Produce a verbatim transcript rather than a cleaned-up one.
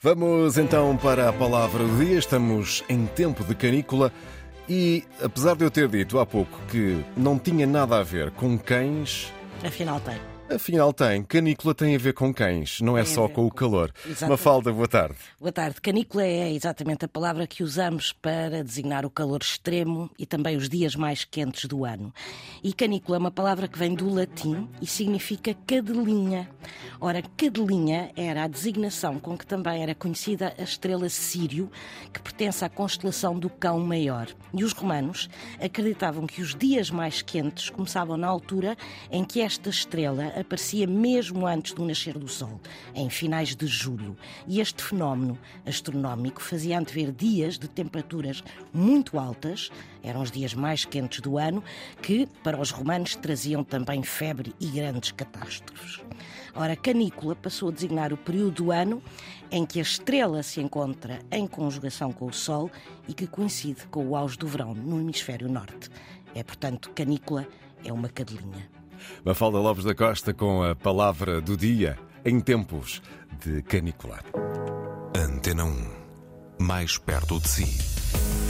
Vamos então para a palavra do dia. Estamos em tempo de canícula e, apesar de eu ter dito há pouco que não tinha nada a ver com cães, Afinal tem. afinal tem. Canícula tem a ver com cães, não é Tem a só ver com o com- calor. Exatamente. Mafalda, boa tarde. Boa tarde. Canícula é exatamente a palavra que usamos para designar o calor extremo e também os dias mais quentes do ano. E canícula é uma palavra que vem do latim e significa cadelinha. Ora, cadelinha era a designação com que também era conhecida a estrela Sírio, que pertence à constelação do Cão Maior. E os romanos acreditavam que os dias mais quentes começavam na altura em que esta estrela aparecia mesmo antes do nascer do sol, em finais de julho. E este fenómeno astronómico fazia antever dias de temperaturas muito altas, eram os dias mais quentes do ano, que para os romanos traziam também febre e grandes catástrofes. Ora, canícula passou a designar o período do ano em que a estrela se encontra em conjugação com o Sol e que coincide com o auge do verão no hemisfério norte. É, portanto, canícula é uma cadelinha. Mafalda Lopes da Costa com a palavra do dia em tempos de canícula. Antena um, mais perto de si.